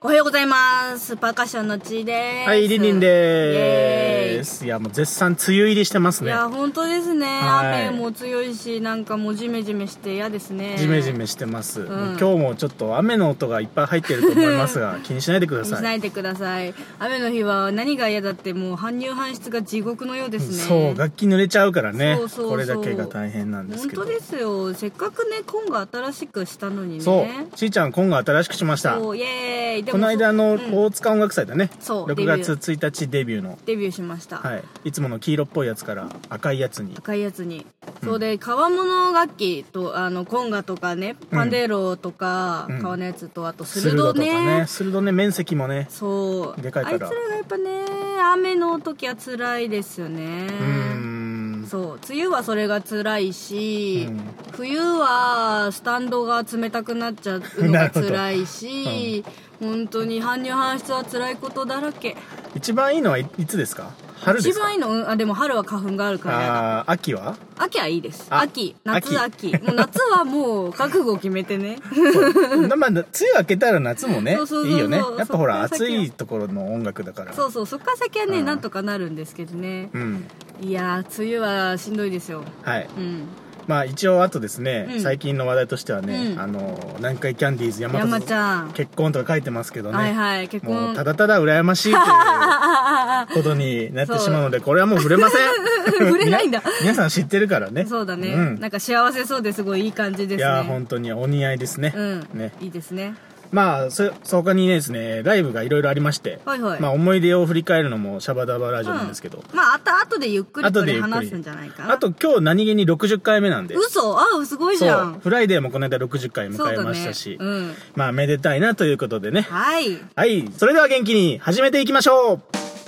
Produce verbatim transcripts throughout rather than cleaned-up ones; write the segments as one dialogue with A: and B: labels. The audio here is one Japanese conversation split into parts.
A: おはようございます。パーカッションのちーです。
B: はい、りんりんでーす。いや、もう絶賛梅雨入りしてますね。
A: いや、本当ですね。
B: はい、
A: 雨も強いし、なんかもうジメジメして嫌ですね。
B: ジメジメしてます、
A: うん、
B: 今日もちょっと雨の音がいっぱい入ってると思いますが気にしないでください。
A: 気にしないでください。雨の日は何が嫌だって、もう搬入搬出が地獄のようですね。
B: そう、楽器濡れちゃうからね。
A: そうそうそう、
B: これだけが大変なんですけど。
A: 本当ですよ。せっかくね、コンが新しくしたのにね。
B: そう、ちーちゃんコンが新しくしました。
A: そう、イエーイ。でも
B: この間の、うん、大塚音楽祭だね。
A: そう、
B: ろくがつついたちデビューの
A: デビューしました。
B: はい、いつもの黄色っぽいやつから赤いやつに
A: 赤いやつに、うん、そうで、革物楽器とあのコンガとかね、パンデーロとか、うん、革のやつと、あとスルドね、
B: スルドとかね、スルドね、面積もね、
A: そう
B: でかいから、
A: あいつらがやっぱね、雨の時は辛いですよね。うーん、そう、梅雨はそれが辛いし、うん、冬はスタンドが冷たくなっちゃうのが辛いし、うん、本当に搬入搬出は辛いことだらけ。
B: 一番いいのはいつですか？春ですか？
A: 一番いいの、あ、でも春は花粉があるからやだ。
B: あ、秋は？
A: 秋はいいです。秋、夏、秋。もう夏はもう覚悟を決めてね。
B: まあ、梅雨明けたら夏もね、いいよね。やっぱほら、暑いところの音楽だから。
A: そうそう、そっから先はね、なんとかなるんですけどね。うん。いやー、梅雨はしんどいですよ。
B: はい。うん。まあ一応あとですね、うん、最近の話題としてはね、うん、あの南海キャンディーズ山
A: 山ちゃん
B: 結婚とか書いてますけどね、
A: はいはい、結婚
B: もうただただ羨ましいということになってしまうので、これはもう触れません。
A: 触れないんだ。
B: 皆さん知ってるからね。
A: そうだね、うん、なんか幸せそうですごいいい感じですね。
B: いや本当にお似合いですね。うん、
A: ね、いいですね。
B: まあそ他にねですね、ライブがいろいろありまして、はいはい、まあ思い出を振り返るのもシャバダバラジオなんですけど、
A: うん、まああと後でゆっくりと話すんじゃないかな。
B: あと今日何気にろくじゅっかいめなんで。
A: 嘘、あ、すごいじゃん。
B: フライデーもこの間ろくじゅっかい迎えましたし、ね、うん、まあめでたいなということでね。
A: はい
B: はい、それでは元気に始めていきましょう。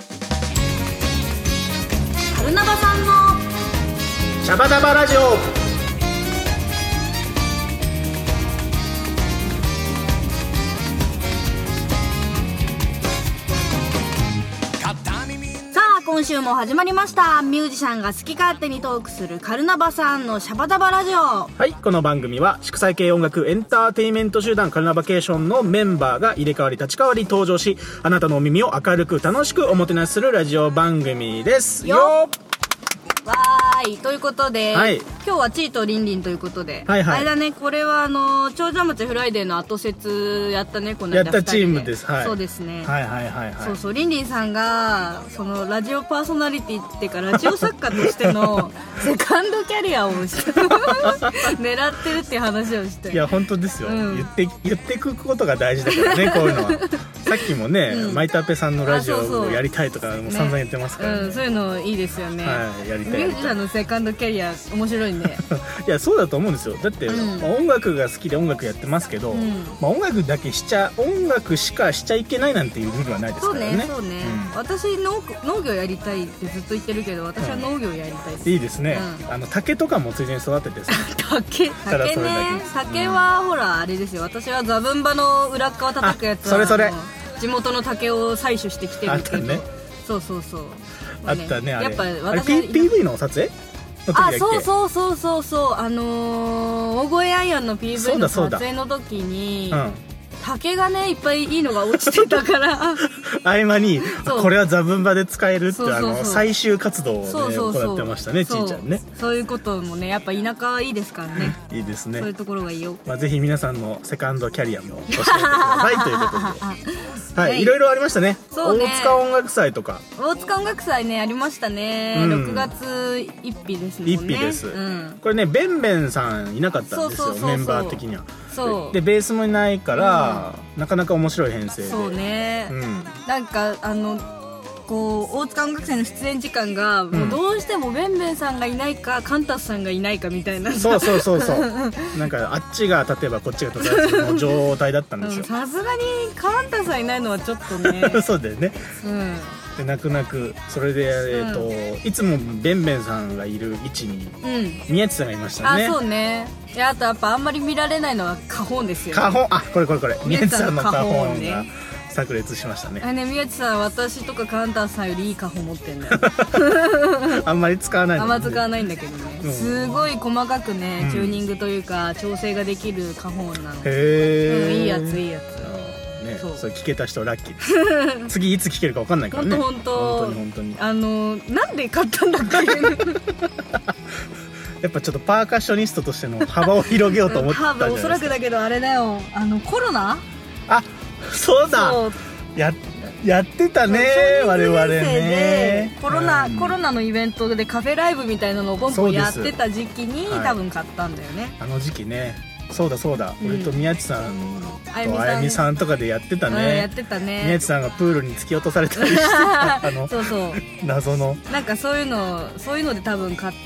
A: 春菜場さんの
B: シャバダバラジオ。
A: 今週も始まりました。ミュージシャンが好き勝手にトークするカルナバさんのシャバダバラジオ。
B: はい、この番組は祝祭系音楽エンターテインメント集団カルナバケーションのメンバーが入れ替わり立ち替わり登場し、あなたのお耳を明るく楽しくおもてなしするラジオ番組ですよ。
A: わーい、ということで、はい、今日はチーとリンリンということで、はいはい、あれだね、これはあの長者町フライデーの後説やったね、この間
B: やったチームです。はい、
A: そうですね。
B: はいはいはいはい。
A: そうそう、リンリンさんがそのラジオパーソナリティっていうかラジオ作家としてのセカンドキャリアを狙ってるっていう話をして。
B: いや本当ですよ、うん、言って言ってくことが大事だからね、こういうのは。さっきもね、うん、マイタペさんのラジオをやりたいとかも散々言ってますからね。
A: うん、そういうのいいですよね。
B: はい、やりたい。
A: ミュージシャンのセカンドキャリア面白いね。
B: いやそうだと思うんですよ。だって、うん、まあ、音楽が好きで音楽やってますけど、うん、まあ、音楽だけしちゃ音楽しかしちゃいけないなんていうルールはないですからね。
A: そうねそうね、うん、私 農, 農業やりたいってずっと言ってるけど、私は農業やりたいです、
B: うん、いいですね、うん、あの竹とかもついでに育てて
A: 竹竹ね、竹はほらあれですよ、私はザブンバの裏側叩くやつはそれそれ地元の竹を採取してきてるけど、ね、そうそうそう、
B: まあね、あったね、あれやっぱ
A: 私
B: あれ P- ピーブイ の撮影
A: あ、そうそうそうそうそう、あのー、大声アイアンの ピーブイ の撮影の時に、うん、竹がねいっぱいいいのが落ちてたから
B: 合間にこれはザブンバで使えるってあの最終活動を、ね、そうそうそう行ってましたね、ちーちゃんね。
A: そういうこともね、やっぱ田舎はいいですからね。
B: いいですね、
A: そういうところがいいよ。
B: まあ、ぜひ皆さんのセカンドキャリアも教えてくださいということではい、いろいろありましたね。そうね、大塚音楽祭とか。
A: 大塚音楽祭ね、ありましたね、うん、ろくがついっ日ですもんね。
B: いっ日です、うん、これねベンベンさんいなかったんですよ、メンバー的には。そうでベースもいないから、うん、なかなか面白い編成で。
A: そうね、うん、なんかあのこう大塚音楽祭の出演時間が、うん、もうどうしてもベンベンさんがいないかカンタスさんがいないかみたいな。
B: そうそうそうそうなんかあっちが立てばこっちが立てばの状態だったんですよ。
A: さすがにカンタスさんいないのはちょっとね
B: そうだよね、うん、で泣く泣くそれで、えーとうん、いつもベンベンさんがいる位置に、うん、宮地さんがいましたね。
A: あ、そうね。いや、あとやっぱあんまり見られないのはカホンですよね。
B: カホン、あ、これこれこれ宮地さんのカホンが炸裂しましたね。
A: あね、宮地さん、私とかカンターさんよりいいカホ持ってんだよ
B: あんまり使わない、ね、
A: あんま使わないんだけどね、うん、すごい細かくね、チューニングというか調整ができるカホンなの。
B: へー、
A: うん、いいやついいやつ
B: ね、
A: そう
B: それ聞けた人ラッキーです次いつ聞けるか分かんないからね。
A: 本当
B: 本当に本当に
A: あのなんで買ったんだっけ
B: やっぱちょっとパーカッショニストとしての幅を広げようと思ったんじゃないですか。
A: おそらくだけどあれだよ、あのコロナ
B: あそうだ
A: そう
B: ややってたね我々ね。
A: コロナ、
B: うん、
A: コロナのイベントでカフェライブみたいなのをポンポンやってた時期に、はい、多分買ったんだよね。
B: あの時期ね。そうだそうだ、うん、俺と宮地さんとあやみさんとかでやってたね、
A: うん、やってたね。
B: 宮地さんがプールに突き落とされたりしてあの
A: そうそう
B: 謎の
A: なんかそういうのそういうので多分買って、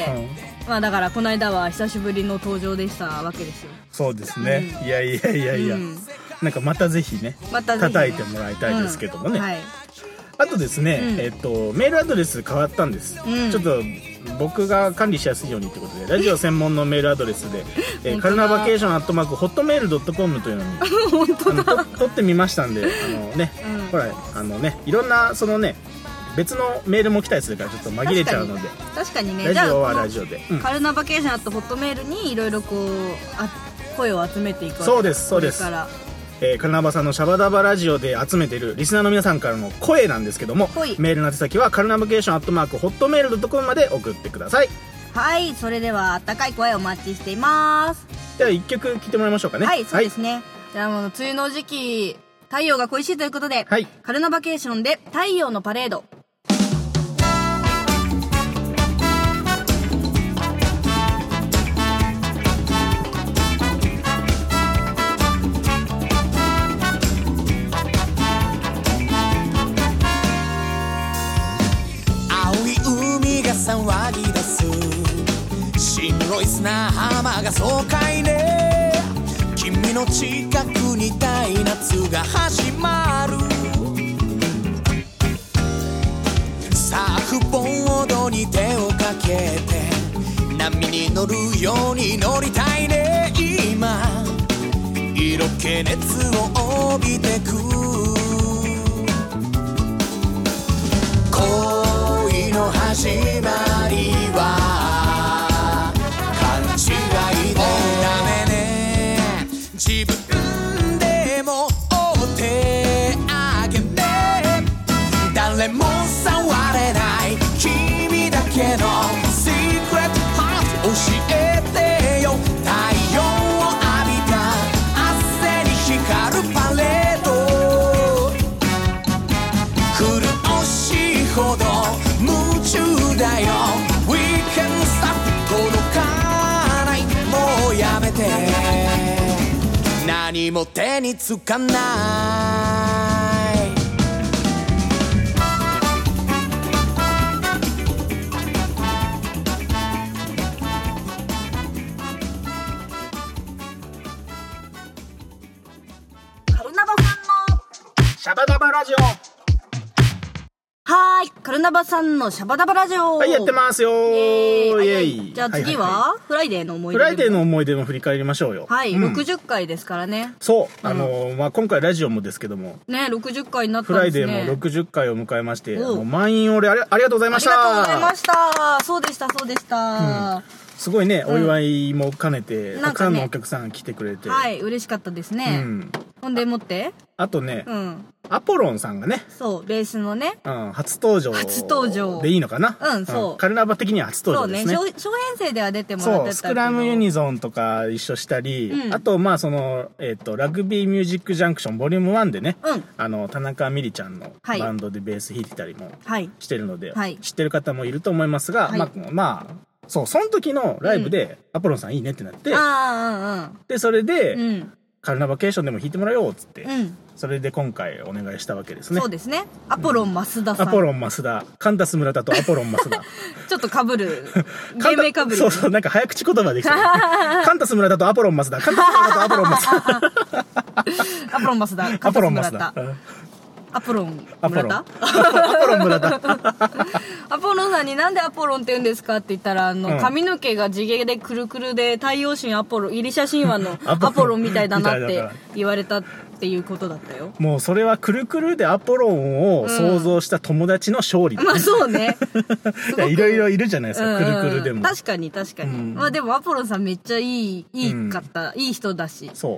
A: うん、まあだからこの間は久しぶりの登場でしたわけですよ。
B: そうですね、うん、いやいやいやいや、うん、なんかまたぜひね、またぜひね叩いてもらいたいですけどもね、うん、はい。あとですね、うん、えっとメールアドレス変わったんです、うん、ちょっと僕が管理しやすいようにということでラジオ専門のメールアドレスでえカルナバケーションアットマークホットメールドットコムというのに
A: 本当だ
B: あの取ってみましたんで、あのね、うん、ほらあのねいろんなそのね別のメールも来たりするからちょっと紛れちゃうので、
A: 確かにね、
B: ラジオはラジオで、
A: うん、カルナバケーションアットホットメールにいろいろこうあ声を集めていくわけ。
B: そうですそうです。えー、カルナバさんのシャバダバラジオで集めているリスナーの皆さんからの声なんですけども、メールの宛先はカルナバケーションアットマークホットメールドットコムまで送ってください。
A: はい、それではあったかい声お待ちしています。
B: ではいっきょく聴いてもらいましょうかね。
A: はい、そうですね、はい、じゃあもう梅雨の時期太陽が恋しいということで、はい、カルナバケーションで太陽のパレード。
C: 騒ぎ出す白い砂浜が爽快ね。君の近くに大夏が始まる。サーフボードに手をかけて波に乗るように乗りたいね。今色気熱を帯びてく恋の始まりは勘違いでダメね。自分でも追ってあげね。誰も触れない君だけの Secret Heart 教えてよ。太陽を浴びた汗に光るパレード。苦しいほど夢中だよ We can stop 届かないもうやめて。何も手につかない
A: カルナバさんの
B: シャバダバラジオ。
A: はーい、カルナバさんのシャバダバラジオ。
B: はい、やってますよー。イエーイ、はいはい、
A: じゃあ次は、はいはいはい、フライデーの思い出。
B: フライデーの思い出も振り返りましょうよ。
A: はい、うん、ろくじゅっかいですからね。
B: そう、あのー、まあ、今回ラジオもですけども。
A: ね、ろくじゅっかいになったんですね。
B: フライデーもろくじゅっかいを迎えまして、あの満員御礼あり、ありがとうございました。
A: ありがとうございました。そうでした、そうでした。うん、
B: すごいね、お祝いも兼ねて、うん、たくさんのお客さん来てくれて。
A: はい、嬉しかったですね。うん、ほんでもって。
B: あとね、うん、アポロンさんがね、
A: そうベースのね、
B: うん、初登場
A: 初登場
B: でいいのかな。
A: うん、そう、
B: うん、カルナバ的には初登場ですね。
A: そうね、小編成では出てもらってたけど、
B: そうスクラムユニゾンとか一緒したり、うん、あとまあそのえっ、ー、とラグビーミュージックジャンクションボリュームワンでね、うん、あの田中美里ちゃんのバンドでベース弾いてたりもしてるので、はい、知ってる方もいると思いますが、はい、まあまあそうその時のライブで、うん、アポロンさんいいねってなって、
A: あー、うん、
B: でそれで、うん、カルナバケーションでも弾いてもらおうっつって、うん、それで今回お願いしたわけですね。
A: そうですね。アポロン増田さん、
B: アポロン増田、カンタス村田とアポロン増田
A: ちょっと被る芸名被る
B: そうそう、なんか早口言葉できた、ね、カンタス村田とアポロン増田、カンタス村田とアポロン増田
A: アポロン増田、
B: アポロン増田、
A: アポロン村田
B: アポロン村田
A: アポロンさんになんでアポロンって言うんですかって言ったら、あの、うん、髪の毛が地毛でくるくるで太陽神アポロ、ギリシャ神話のアポロンみたいだなって言われたっていうことだったよ。
B: もうそれはくるくるでアポロンを想像した友達の勝利、
A: うん、まあそうね
B: いろいろいるじゃないですか、うんうん、くるくるでも。
A: 確かに確かに、うん、まあでもアポロンさんめっちゃいいいいかった、うん、いい人だし。
B: そう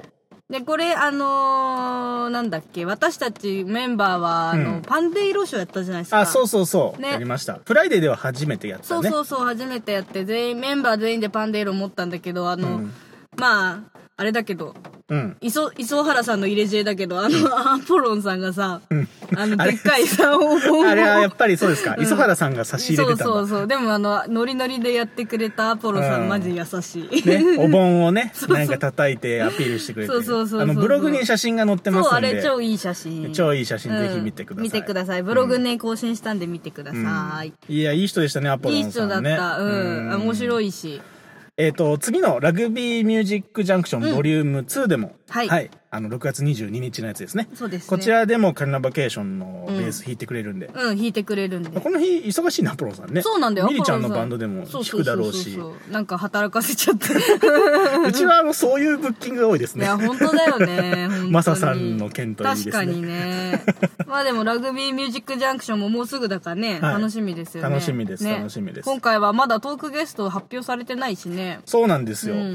A: で、これ、あのー、なんだっけ、私たちメンバーは、あの、うん、パンデイロショーやったじゃないですか。
B: あ、そうそうそう。ね、やりました。フライデーでは初めてやったね。
A: そうそうそう、初めてやって、全員、メンバー全員でパンデイロ持ったんだけど、あの、うん、まあ、あれだけど、うん。磯、磯原さんの入れ知恵だけど、あの、アポロンさんがさ、うん、あの、でっかいさ、お盆
B: あれはやっぱりそうですか。うん、磯原さんが差し入れてたんだ。
A: そうそうそう。でもあの、ノリノリでやってくれたアポロンさん、うん、マジ優しい。
B: ね、お盆をね、そうそうなんか叩いてアピールしてくれて。そうそうそうそう。あの、ブログに写真が載ってますんで。そう、あ
A: れ超いい写真。
B: 超いい写真、ぜひ見てください。
A: 見てください。ブログね、更新したんで見てください。
B: いや、いい人でしたね、アポロンさんね。いい人だった。
A: うん。面白いし。
B: えっと、次のラグビーミュージックジャンクションボリュームツーでも、はい。はい。あの、ろくがつにじゅうににちのやつですね。
A: そうですね。
B: こちらでもカルナバケーションのベース弾いてくれるんで。
A: うん、うん、弾いてくれるんで。
B: この日、忙しいな、アポロさんね。
A: そうなんだよ、
B: ミリちゃんのバンドでも弾くだろうし。
A: そうそうそうそう。なんか働かせちゃった。
B: うちは、あの、そういうブッキングが多いですね。
A: いや、本当だよね。
B: マサさんの件といいですね。
A: 確かにね。まあでも、ラグビーミュージックジャンクションももうすぐだからね、はい、楽しみですよね。
B: 楽しみです、ね、楽しみです。
A: 今回はまだトークゲスト発表されてないしね。
B: そうなんですよ。うん。うん、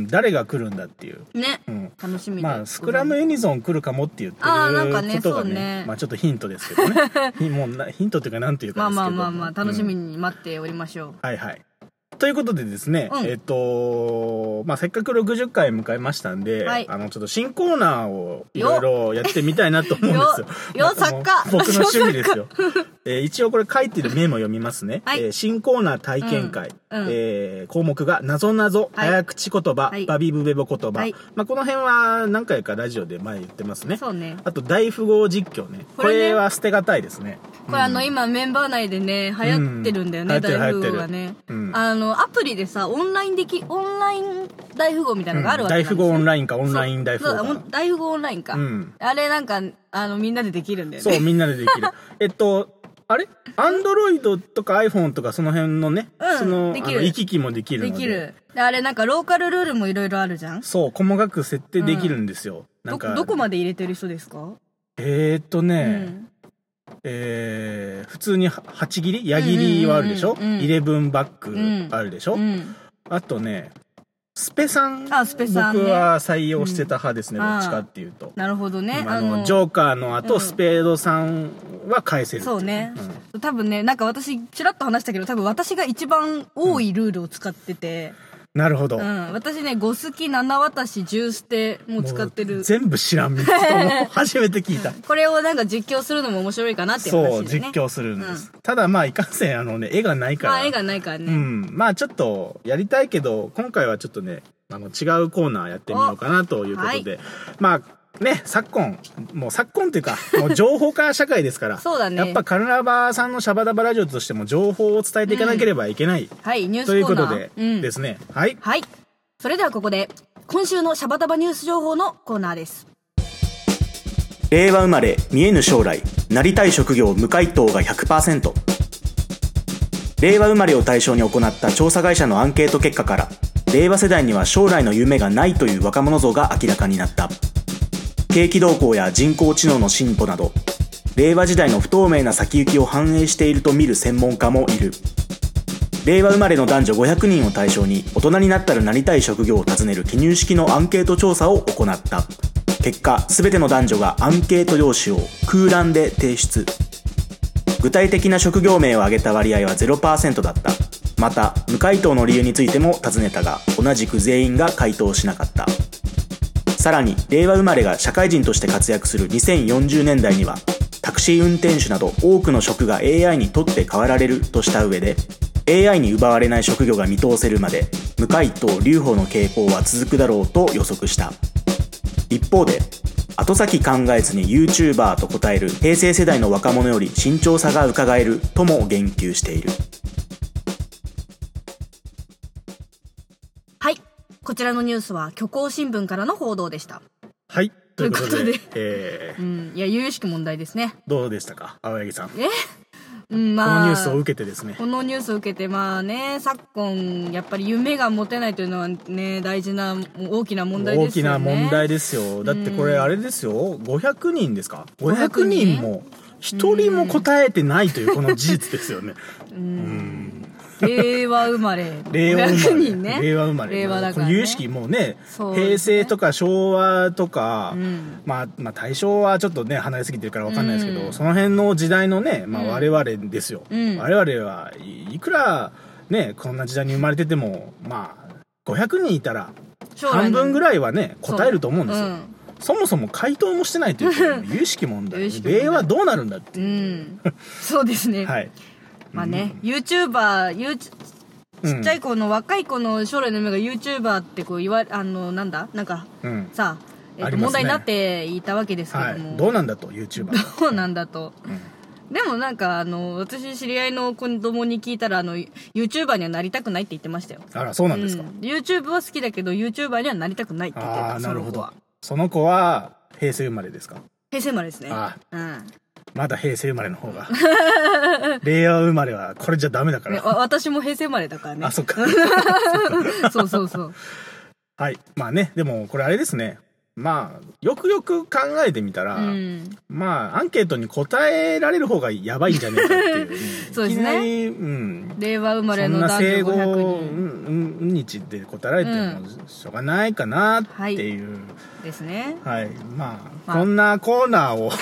B: 誰が来るんだっていう。
A: ね。うん。楽しみです。
B: まあ、スクラムユニゾン来るかもって言ってることが ね, あね, そうねまあちょっとヒントですけどねもうヒントっていうかなんていうかですけど
A: まあまあまあまあ楽しみに待っておりましょう、
B: うん、はいはいということでですね、うん、えっとまあせっかくろくじゅっかい迎えましたんで、はい、あのちょっと新コーナーをいろいろやってみたいなと思うんですよ
A: よ作家
B: 僕の趣味ですよえー、一応これ書いてるメモ読みますね、はいえー、新コーナー体験会、うんうんえー、項目がなぞなぞ、はい、早口言葉、はい、バビブベボ言葉、はいまあ、この辺は何回かラジオで前言ってますね
A: そうね
B: あと大富豪実況ねこれ、ね、これは捨てがたいですね
A: これ、うん、あの今メンバー内でね流行ってるんだよね、うん、大富豪がね、うん、あのアプリでさオンラインできオンライン大富豪みたいなのがあるわけなんです、ねうん、大富豪
B: オンラインかオンライン大富豪か
A: 大富豪オンラインか、うん、あれなんかあのみんなでできるんだよね
B: そうみんなでできるえっとあれアンドロイドとか iPhone とかその辺のね、うん、その、できる。行き来もできるので。できる。
A: あれなんかローカルルールもいろいろあるじゃん
B: そう、細かく設定できるんですよ。
A: うん、なんかど、どこまで入れてる人ですか
B: えーっとね、うん、えー、普通にはち切り矢切りはあるでしょ、うんうんうん、イレブンバックあるでしょ、うん、あとね、スペさん、
A: あスペさんね、
B: 僕は採用してた派ですね、うん、どっちかっていうと。
A: なるほどね。
B: あの、ジョーカーの後、スペードさんは返せる、ね。
A: そうね、うん。多分ね、なんか私、ちらっと話したけど、多分私が一番多いルールを使ってて。
B: うん、なるほど。
A: うん。私ね、ご好き、なな渡し、じゅう捨ても使ってる。
B: 全部知らんみたいな。初めて聞いた。
A: これをなんか実況するのも面白いかなっていう話ですね。
B: そう、実況するんです。うん、ただまあ、いかんせん、あのね、絵がないから。
A: まあ、絵がないからね。
B: うん。まあ、ちょっと、やりたいけど、今回はちょっとね、あの、違うコーナーやってみようかなということで。はい、まあ、ね、昨今、もう昨今っていうか、もう情報化社会ですから。
A: そうだね。
B: やっぱカルナバさんのシャバダバラジオとしても情報を伝えていかなければいけない。うん、
A: はい、ニュースコーナー。
B: ということで、うん、ですね。はい。
A: はい。それではここで、今週のシャバダバニュース情報のコーナーです。
D: 令和生まれ、見えぬ将来、なりたい職業無回答が ひゃくパーセント。令和生まれを対象に行った調査会社のアンケート結果から、令和世代には将来の夢がないという若者像が明らかになった。景気動向や人工知能の進歩など、令和時代の不透明な先行きを反映していると見る専門家もいる。令和生まれの男女ごひゃくにんを対象に大人になったらなりたい職業を尋ねる記入式のアンケート調査を行った。結果、すべての男女がアンケート用紙を空欄で提出。具体的な職業名を挙げた割合は ゼロパーセント だった。また、無回答の理由についても尋ねたが、同じく全員が回答しなかった。さらに、令和生まれが社会人として活躍するにせんよんじゅうねんだいには、タクシー運転手など多くの職が エーアイ に取って代わられるとした上で、エーアイ に奪われない職業が見通せるまで、無回答留保の傾向は続くだろうと予測した。一方で、後先考えずに YouTuber と答える平成世代の若者より慎重さが伺えるとも言及している。
A: はい。こちらのニュースは虚構新聞からの報道でした。
B: はい。
A: ということで。
B: えー、
A: うん。いや、由々しき問題ですね。
B: どうでしたか、青柳さん。
A: えうん、まあ、
B: このニュースを受けてですね。
A: このニュースを受けて、まあね、昨今、やっぱり夢が持てないというのはね、大事な、大きな問題ですよね。
B: 大きな問題ですよ。だってこれあれですよ、ごひゃくにんですか ?ごひゃくにんも、一人も答えてないというこの事実ですよね。うん。
A: 令和生まれ
B: 令和生まれ
A: ね、
B: 令和生まれ
A: 令和だからね、
B: 有識もうね、
A: うね
B: 平成とか昭和とか、
A: うん、
B: まあ、まあ大正はちょっとね離れすぎてるから分かんないですけど、うん、その辺の時代のね、まあ、我々ですよ、うん、我々はいくらねこんな時代に生まれててもまあごひゃくにんいたら半分ぐらいはね答えると思うんですよ。 そ,、うん、そもそも回答もしてないという有識問題令和どうなるんだっていう、うん、
A: そうですね、
B: はい、
A: まあね、うん、YouTuber ユーちっちゃい子の、うん、若い子の将来の夢が YouTuber ってこう言わあのなんだなんか、うん、さあ、えーとね、問題になっていたわけですけども、はい、
B: どうなんだと YouTuber
A: どうなんだと、うんでもなんかあの私知り合いの子供に聞いたらあの YouTuber にはなりたくないって言ってましたよ。
B: あらそうなんですか、うん、
A: YouTube は好きだけど YouTuber にはなりたくないって言ってた。
B: ああなるほど。その子は平成生まれですか？
A: 平成生まれですね。
B: ああ、
A: うん、
B: まだ平成生まれの方が令和生まれはこれじゃダメだから、ね、
A: 私も平成生まれだからね。
B: あそっか
A: そうそうそう
B: はいまあねでもこれあれですねまあよくよく考えてみたら、うん、まあアンケートに答えられる方がやばいんじゃねえかっていう、ね、
A: そうですね、
B: いきなり、うん、
A: 令和生まれの男女ごひゃくにん
B: そんな生後うん日で答えられてもしょうがないかなっていう、うん
A: はい、ですね
B: はいまあ、まあ、こんなコーナーを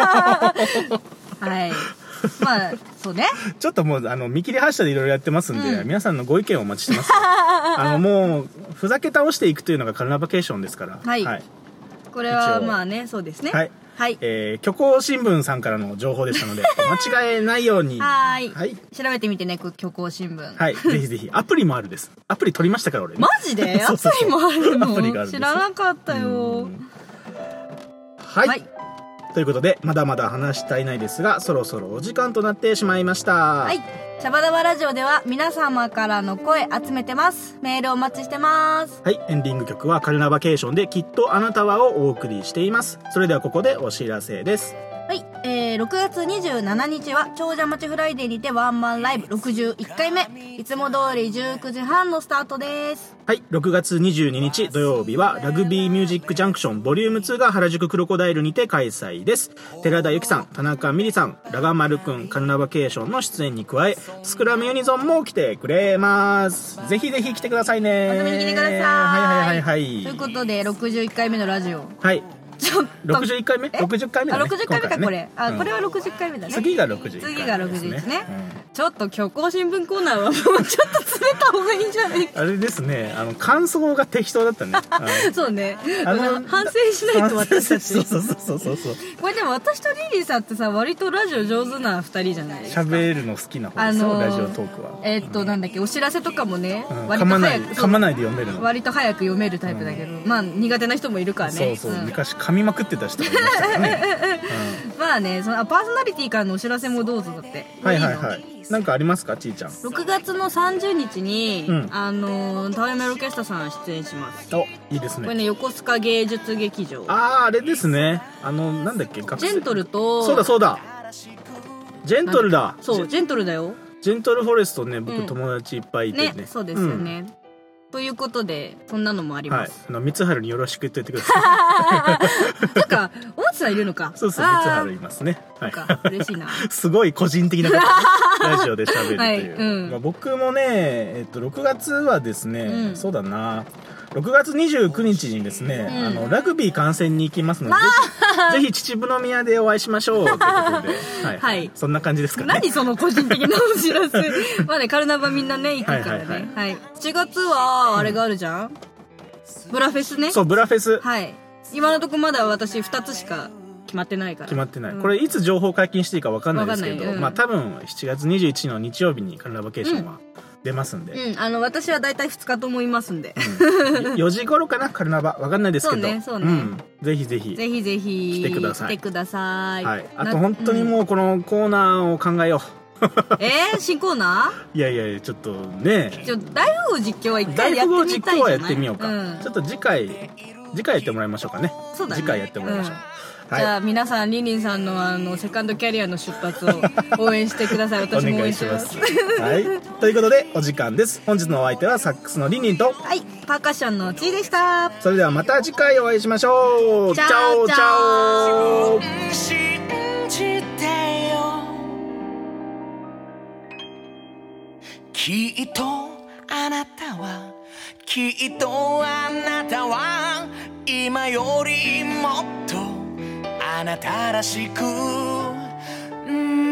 A: はいまあそうね
B: ちょっともうあの見切り発車でいろいろやってますんで、うん、皆さんのご意見をお待ちしてますあのもうふざけ倒していくというのがカルナバケーションですから、
A: はい、はい、これはまあねそうですね
B: はい、はいえー、虚構新聞さんからの情報でしたので間違えないように
A: はい、はい、調べてみてね虚構新聞
B: はいぜひぜひアプリもあるですアプリ取りましたから俺、ね、
A: マジでアプリもあるの
B: アプリがあるんです
A: 知らなかったよ
B: はい、はいということでまだまだ話したいないですがそろそろお時間となってしまいました。
A: はいシャバダバラジオでは皆様からの声集めてます。メールお待ちしてます。
B: はいエンディング曲はカルナバケーションできっとあなたはをお送りしています。それではここでお知らせです。
A: はい、えー、ろくがつにじゅうしちにちは長者町フライデーにてワンマンライブろくじゅういっかいめいつも通りじゅうくじはんのスタートです。
B: はいろくがつにじゅうににち土曜日はラグビーミュージックジャンクションボリュームツーが原宿クロコダイルにて開催です。寺田由紀さん田中美里さんラガマルくんカルナバケーションの出演に加えスクラムユニゾンも来てくれます。ぜひぜひ来てくださいね。
A: 遊びに来てください。はい
B: はいはいはい。
A: ということでろくじゅういっかいめのラジオ
B: はいろくじゅういっかいめろくじゅっかいめだね。
A: あろくじゅっかいめかこれ、ね、あ、うん、これはろくじゅっかいめだね。
B: 次がろくじゅういっかいめ、
A: ね、次がろくじゅういちね、うん、ちょっと虚構新聞コーナーはもうちょっと詰めた方がいいんじゃないか
B: あれですねあの感想が適当だったね
A: そうねあの反省しないと私たち
B: そうそうそうそうそう
A: これでも私とリリーさんってさ割とラジオ上手なふたりじゃないですか。
B: 喋るの好きな方ですよ、あのー、ラジオトークは
A: えー、っとなんだっけお知らせとかもね、
B: うん、割と早く噛まないで読めるの
A: 割と早く読めるタイプだけど、うん、まあ苦手な人もいるからね。
B: そうそう、うん、昔噛みまくってた人がいましたからね
A: うん、まあねそのパーソナリティからのお知らせもどうぞだって
B: はいはいはいなんかありますかちーちゃん。
A: ろくがつのさんじゅうにちに、うん、あのタワヤメロケスタさん出演します。
B: おいいですね。
A: これね横須賀芸術劇場
B: あああれですねあのなんだっけ
A: ジェントルと
B: そうだそうだジェントルだ
A: そうジェントルだよ
B: ジェントルフォレストね僕、うん、友達いっぱいいて ね,
A: ねそうですよね、うんということでそんなのもあります。
B: はい、あの三春によろしく言っといてくださ
A: い。とか大津さんいるのか。
B: そうそう三春いますね。
A: はい。か嬉しいな。
B: すごい個人的なこと、ね、ラジオで喋るという。はいうんまあ、僕もねえっとろくがつはですね、うん、そうだな。ろくがつにじゅうくにちにですね、うん、あのラグビー観戦に行きますので、ぜひ秩父宮でお会いしましょうということで、はい、はい、そんな感じですかね。
A: 何その個人的なお知らせ。まあねカルナバみんなね行くからね。はい、はいはい、しちがつはあれがあるじゃん。うん、ブラフェスね。
B: そうブラフェス。
A: はい。今のとこまだ私ふたつしか決まってないから。
B: 決まってない。うん、これいつ情報解禁していいか分かんないですけど、うん、まあ多分しちがつにじゅういちにちの日曜日にカルナバケーションは。うん出ますんで、
A: うん、あの私はだいたいふつかともいますんで、
B: うん、よじ頃かなカルナバわかんないですけどそうねそうね、うん、ぜひぜひ
A: ぜひぜひ
B: 来てください
A: 来てください、
B: はい、あと本当にもうこのコーナーを考えよう
A: えー、新コーナ
B: ーいやいやいやちょっとね
A: ちょ大富豪実況は一回やってみたいじゃない。大富豪実況は
B: やってみようか、うん、ちょっと次回次回やってもらいましょうかね。
A: そうだね
B: 次回やってもらいましょう、うん
A: はい、じゃあ皆さんリンリンさんのあのセカンドキャリアの出発を応援してください。私も応援します
B: はいということでお時間です。本日のお相手はサックスのリンリンと
A: はいパーカッションのチーでした。
B: それではまた次回お会いしましょう。
A: チャオチャオ
C: 信じてよきっとあなたはきっとあなたは今よりもっとあなたらしく、うん